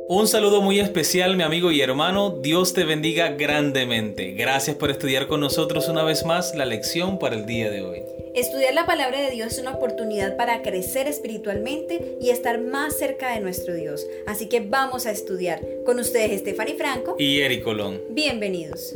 Un saludo muy especial, mi amigo y hermano. Dios te bendiga grandemente. Gracias por estudiar con nosotros una vez más la lección para el día de hoy. Estudiar la palabra de Dios es una oportunidad para crecer espiritualmente y estar más cerca de nuestro Dios. Así que vamos a estudiar. Con ustedes, Stephanie Franco y Eric Colón. Bienvenidos.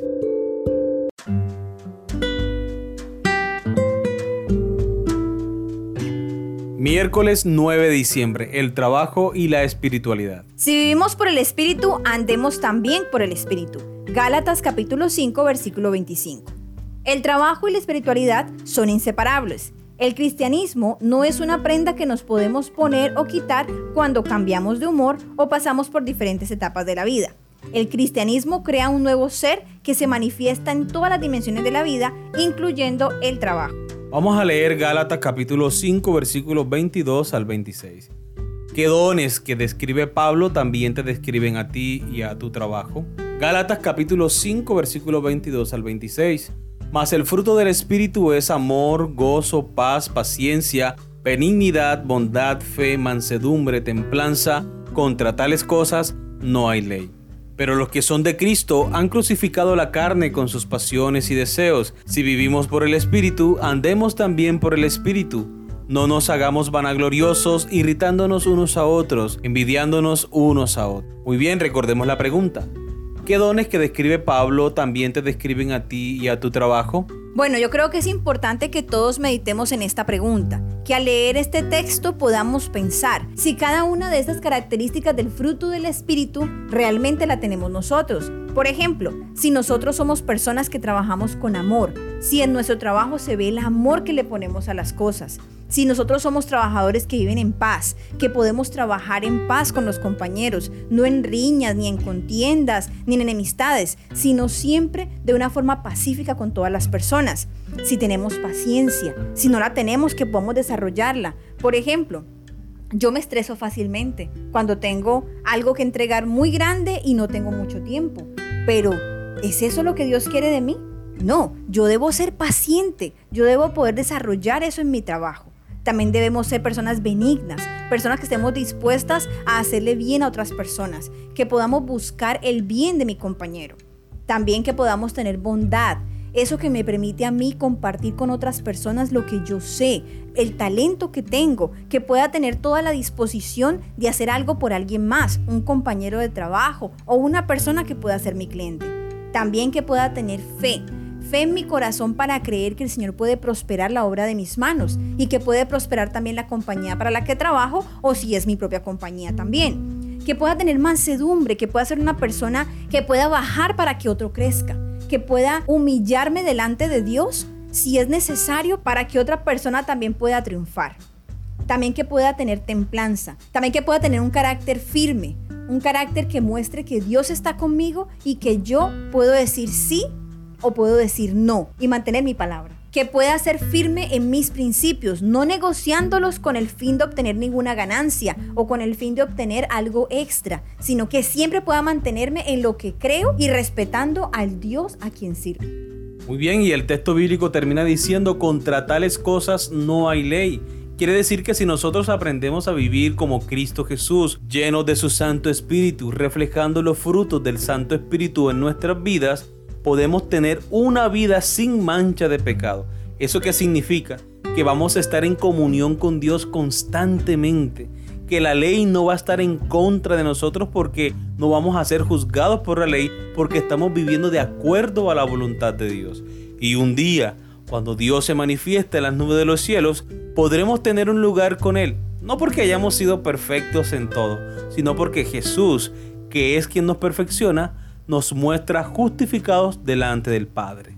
Miércoles 9 de diciembre, el trabajo y la espiritualidad. Si vivimos por el Espíritu, andemos también por el Espíritu. Gálatas capítulo 5, versículo 25. El trabajo y la espiritualidad son inseparables. El cristianismo no es una prenda que nos podemos poner o quitar cuando cambiamos de humor o pasamos por diferentes etapas de la vida. El cristianismo crea un nuevo ser que se manifiesta en todas las dimensiones de la vida, incluyendo el trabajo. Vamos a leer Gálatas capítulo 5, versículos 22 al 26. ¿Qué dones que describe Pablo también te describen a ti y a tu trabajo? Gálatas capítulo 5, versículos 22 al 26. Mas el fruto del Espíritu es amor, gozo, paz, paciencia, benignidad, bondad, fe, mansedumbre, templanza. Contra tales cosas no hay ley. Pero los que son de Cristo han crucificado la carne con sus pasiones y deseos. Si vivimos por el Espíritu, andemos también por el Espíritu. No nos hagamos vanagloriosos, irritándonos unos a otros, envidiándonos unos a otros. Muy bien, recordemos la pregunta. ¿Qué dones que describe Pablo también te describen a ti y a tu trabajo? Bueno, yo creo que es importante que todos meditemos en esta pregunta, que al leer este texto podamos pensar si cada una de estas características del fruto del Espíritu realmente la tenemos nosotros. Por ejemplo, si nosotros somos personas que trabajamos con amor, si en nuestro trabajo se ve el amor que le ponemos a las cosas, si nosotros somos trabajadores que viven en paz, que podemos trabajar en paz con los compañeros, no en riñas, ni en contiendas, ni en enemistades, sino siempre de una forma pacífica con todas las personas. Si tenemos paciencia, si no la tenemos, que podamos desarrollarla. Por ejemplo, yo me estreso fácilmente cuando tengo algo que entregar muy grande y no tengo mucho tiempo. Pero, ¿es eso lo que Dios quiere de mí? No, yo debo ser paciente, yo debo poder desarrollar eso en mi trabajo. También debemos ser personas benignas, personas que estemos dispuestas a hacerle bien a otras personas, que podamos buscar el bien de mi compañero. También que podamos tener bondad, eso que me permite a mí compartir con otras personas lo que yo sé, el talento que tengo, que pueda tener toda la disposición de hacer algo por alguien más, un compañero de trabajo o una persona que pueda ser mi cliente. También que pueda tener fe en mi corazón para creer que el Señor puede prosperar la obra de mis manos y que puede prosperar también la compañía para la que trabajo o si es mi propia compañía también. Que pueda tener mansedumbre, que pueda ser una persona que pueda bajar para que otro crezca, que pueda humillarme delante de Dios si es necesario para que otra persona también pueda triunfar. También que pueda tener templanza, también que pueda tener un carácter firme, un carácter que muestre que Dios está conmigo y que yo puedo decir sí o puedo decir no y mantener mi palabra. Que pueda ser firme en mis principios, no negociándolos con el fin de obtener ninguna ganancia o con el fin de obtener algo extra, sino que siempre pueda mantenerme en lo que creo y respetando al Dios a quien sirvo. Muy bien, y el texto bíblico termina diciendo: contra tales cosas no hay ley. Quiere decir que si nosotros aprendemos a vivir como Cristo Jesús, llenos de su Santo Espíritu, reflejando los frutos del Santo Espíritu en nuestras vidas, podemos tener una vida sin mancha de pecado. ¿Eso qué significa? Que vamos a estar en comunión con Dios constantemente, que la ley no va a estar en contra de nosotros porque no vamos a ser juzgados por la ley, porque estamos viviendo de acuerdo a la voluntad de Dios. Y un día, cuando Dios se manifieste en las nubes de los cielos, podremos tener un lugar con Él, no porque hayamos sido perfectos en todo, sino porque Jesús, que es quien nos perfecciona, nos muestra justificados delante del Padre.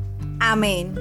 Amén.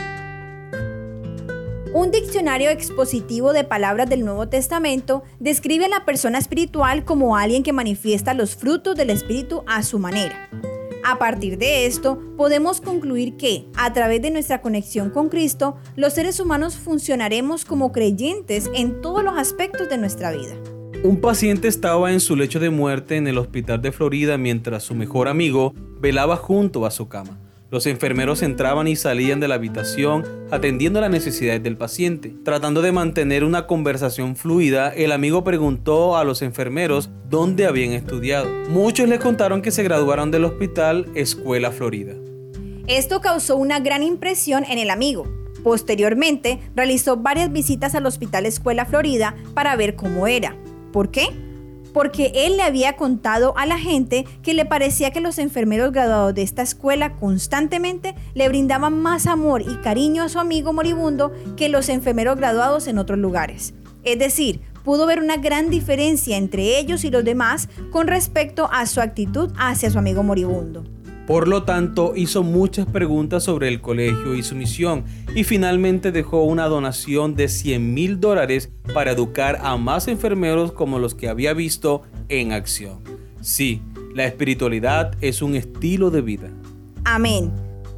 Un diccionario expositivo de palabras del Nuevo Testamento describe a la persona espiritual como alguien que manifiesta los frutos del Espíritu a su manera. A partir de esto, podemos concluir que, a través de nuestra conexión con Cristo, los seres humanos funcionaremos como creyentes en todos los aspectos de nuestra vida. Un paciente estaba en su lecho de muerte en el hospital de Florida mientras su mejor amigo velaba junto a su cama. Los enfermeros entraban y salían de la habitación atendiendo las necesidades del paciente. Tratando de mantener una conversación fluida, el amigo preguntó a los enfermeros dónde habían estudiado. Muchos le contaron que se graduaron del hospital Escuela Florida. Esto causó una gran impresión en el amigo. Posteriormente, realizó varias visitas al Hospital Escuela Florida para ver cómo era. ¿Por qué? Porque él le había contado a la gente que le parecía que los enfermeros graduados de esta escuela constantemente le brindaban más amor y cariño a su amigo moribundo que los enfermeros graduados en otros lugares. Es decir, pudo ver una gran diferencia entre ellos y los demás con respecto a su actitud hacia su amigo moribundo. Por lo tanto, hizo muchas preguntas sobre el colegio y su misión y finalmente dejó una donación de $100,000 para educar a más enfermeros como los que había visto en acción. Sí, la espiritualidad es un estilo de vida. Amén.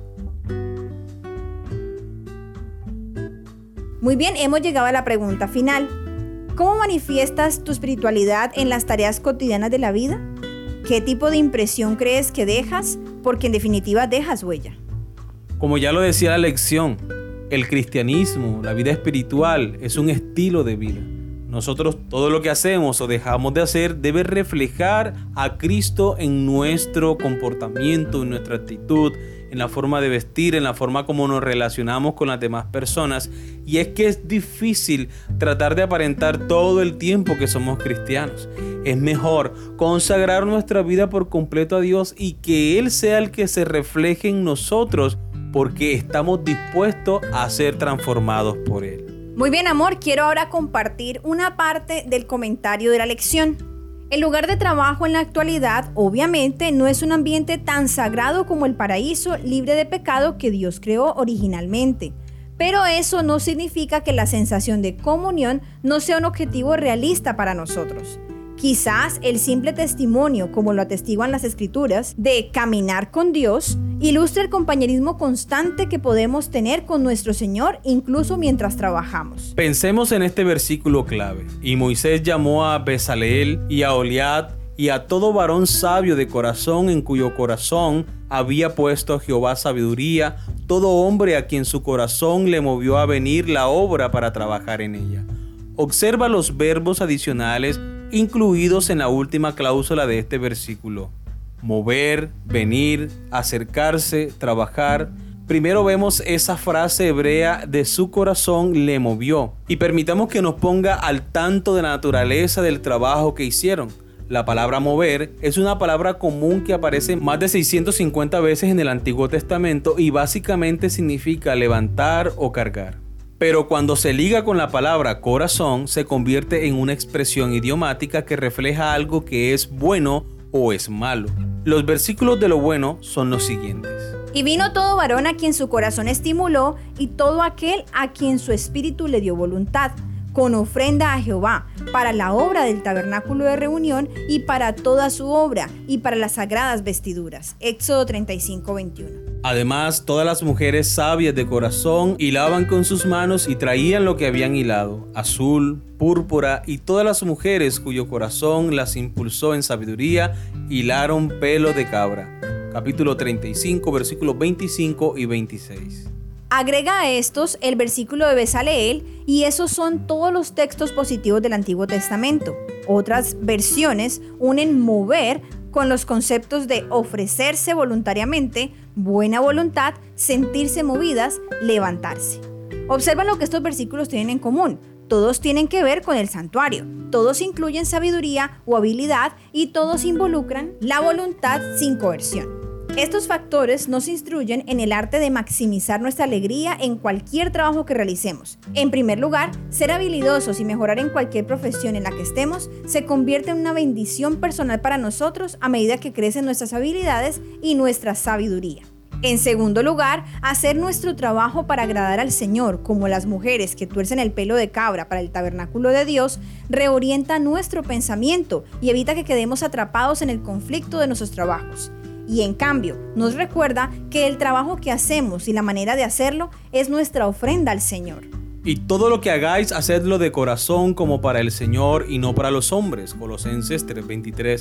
Muy bien, hemos llegado a la pregunta final. ¿Cómo manifiestas tu espiritualidad en las tareas cotidianas de la vida? ¿Qué tipo de impresión crees que dejas? Porque en definitiva dejas huella. Como ya lo decía la lección, el cristianismo, la vida espiritual, es un estilo de vida. Nosotros todo lo que hacemos o dejamos de hacer debe reflejar a Cristo en nuestro comportamiento, en nuestra actitud, en la forma de vestir, en la forma como nos relacionamos con las demás personas. Y es que es difícil tratar de aparentar todo el tiempo que somos cristianos. Es mejor consagrar nuestra vida por completo a Dios y que Él sea el que se refleje en nosotros, porque estamos dispuestos a ser transformados por Él. Muy bien, amor, quiero ahora compartir una parte del comentario de la lección. El lugar de trabajo en la actualidad, obviamente, no es un ambiente tan sagrado como el paraíso libre de pecado que Dios creó originalmente. Pero eso no significa que la sensación de comunión no sea un objetivo realista para nosotros. Quizás el simple testimonio, como lo atestiguan las Escrituras, de caminar con Dios, ilustra el compañerismo constante que podemos tener con nuestro Señor incluso mientras trabajamos. Pensemos en este versículo clave. Y Moisés llamó a Bezaleel y a Oliad y a todo varón sabio de corazón en cuyo corazón había puesto Jehová sabiduría, todo hombre a quien su corazón le movió a venir la obra para trabajar en ella. Observa los verbos adicionales incluidos en la última cláusula de este versículo: mover, venir, acercarse, trabajar. Primero vemos esa frase hebrea de su corazón le movió, y permitamos que nos ponga al tanto de la naturaleza del trabajo que hicieron. La palabra mover es una palabra común que aparece más de 650 veces en el Antiguo Testamento y básicamente significa levantar o cargar. Pero cuando se liga con la palabra corazón, se convierte en una expresión idiomática que refleja algo que es bueno o es malo. Los versículos de lo bueno son los siguientes. Y vino todo varón a quien su corazón estimuló, y todo aquel a quien su espíritu le dio voluntad, con ofrenda a Jehová, para la obra del tabernáculo de reunión, y para toda su obra, y para las sagradas vestiduras. Éxodo 35:21. Además, todas las mujeres sabias de corazón hilaban con sus manos y traían lo que habían hilado, azul, púrpura, y todas las mujeres cuyo corazón las impulsó en sabiduría, hilaron pelo de cabra. Capítulo 35, versículos 25 y 26. Agrega a estos el versículo de Bezaleel, y esos son todos los textos positivos del Antiguo Testamento. Otras versiones unen mover con los conceptos de ofrecerse voluntariamente, buena voluntad, sentirse movidas, levantarse. Observa lo que estos versículos tienen en común. Todos tienen que ver con el santuario, todos incluyen sabiduría o habilidad y todos involucran la voluntad sin coerción. Estos factores nos instruyen en el arte de maximizar nuestra alegría en cualquier trabajo que realicemos. En primer lugar, ser habilidosos y mejorar en cualquier profesión en la que estemos se convierte en una bendición personal para nosotros a medida que crecen nuestras habilidades y nuestra sabiduría. En segundo lugar, hacer nuestro trabajo para agradar al Señor, como las mujeres que tuercen el pelo de cabra para el tabernáculo de Dios, reorienta nuestro pensamiento y evita que quedemos atrapados en el conflicto de nuestros trabajos. Y en cambio, nos recuerda que el trabajo que hacemos y la manera de hacerlo es nuestra ofrenda al Señor. Y todo lo que hagáis, hacedlo de corazón como para el Señor y no para los hombres. Colosenses 3:23.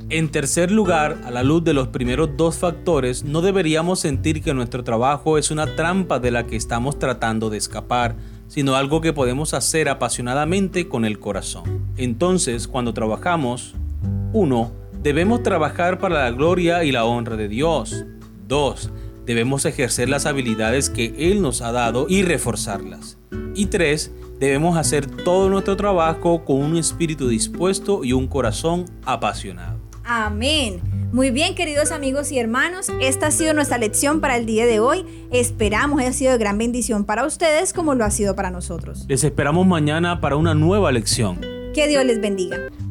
En tercer lugar, a la luz de los primeros dos factores, no deberíamos sentir que nuestro trabajo es una trampa de la que estamos tratando de escapar, sino algo que podemos hacer apasionadamente con el corazón. Entonces, cuando trabajamos, 1. Debemos trabajar para la gloria y la honra de Dios. 2. Debemos ejercer las habilidades que Él nos ha dado y reforzarlas. Y 3. Debemos hacer todo nuestro trabajo con un espíritu dispuesto y un corazón apasionado. Amén. Muy bien, queridos amigos y hermanos, esta ha sido nuestra lección para el día de hoy. Esperamos haya sido de gran bendición para ustedes como lo ha sido para nosotros. Les esperamos mañana para una nueva lección. Que Dios les bendiga.